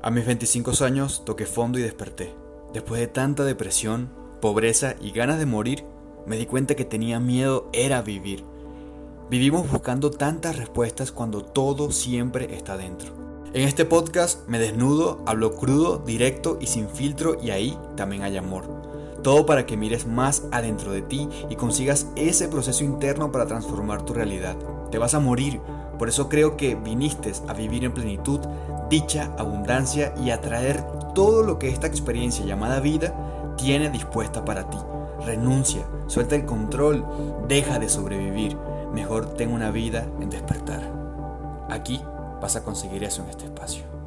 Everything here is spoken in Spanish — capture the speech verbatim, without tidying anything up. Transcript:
A mis veinticinco años toqué fondo y desperté. Después de tanta depresión, pobreza y ganas de morir, me di cuenta que tenía miedo era vivir. Vivimos buscando tantas respuestas cuando todo siempre está dentro. En este podcast me desnudo, hablo crudo, directo y sin filtro, y ahí también hay amor. Todo para que mires más adentro de ti y consigas ese proceso interno para transformar tu realidad. Te vas a morir, por eso creo que viniste a vivir en plenitud, dicha, abundancia y atraer todo lo que esta experiencia llamada vida tiene dispuesta para ti. Renuncia, suelta el control, deja de sobrevivir. Mejor ten una vida en despertar. Aquí vas a conseguir eso en este espacio.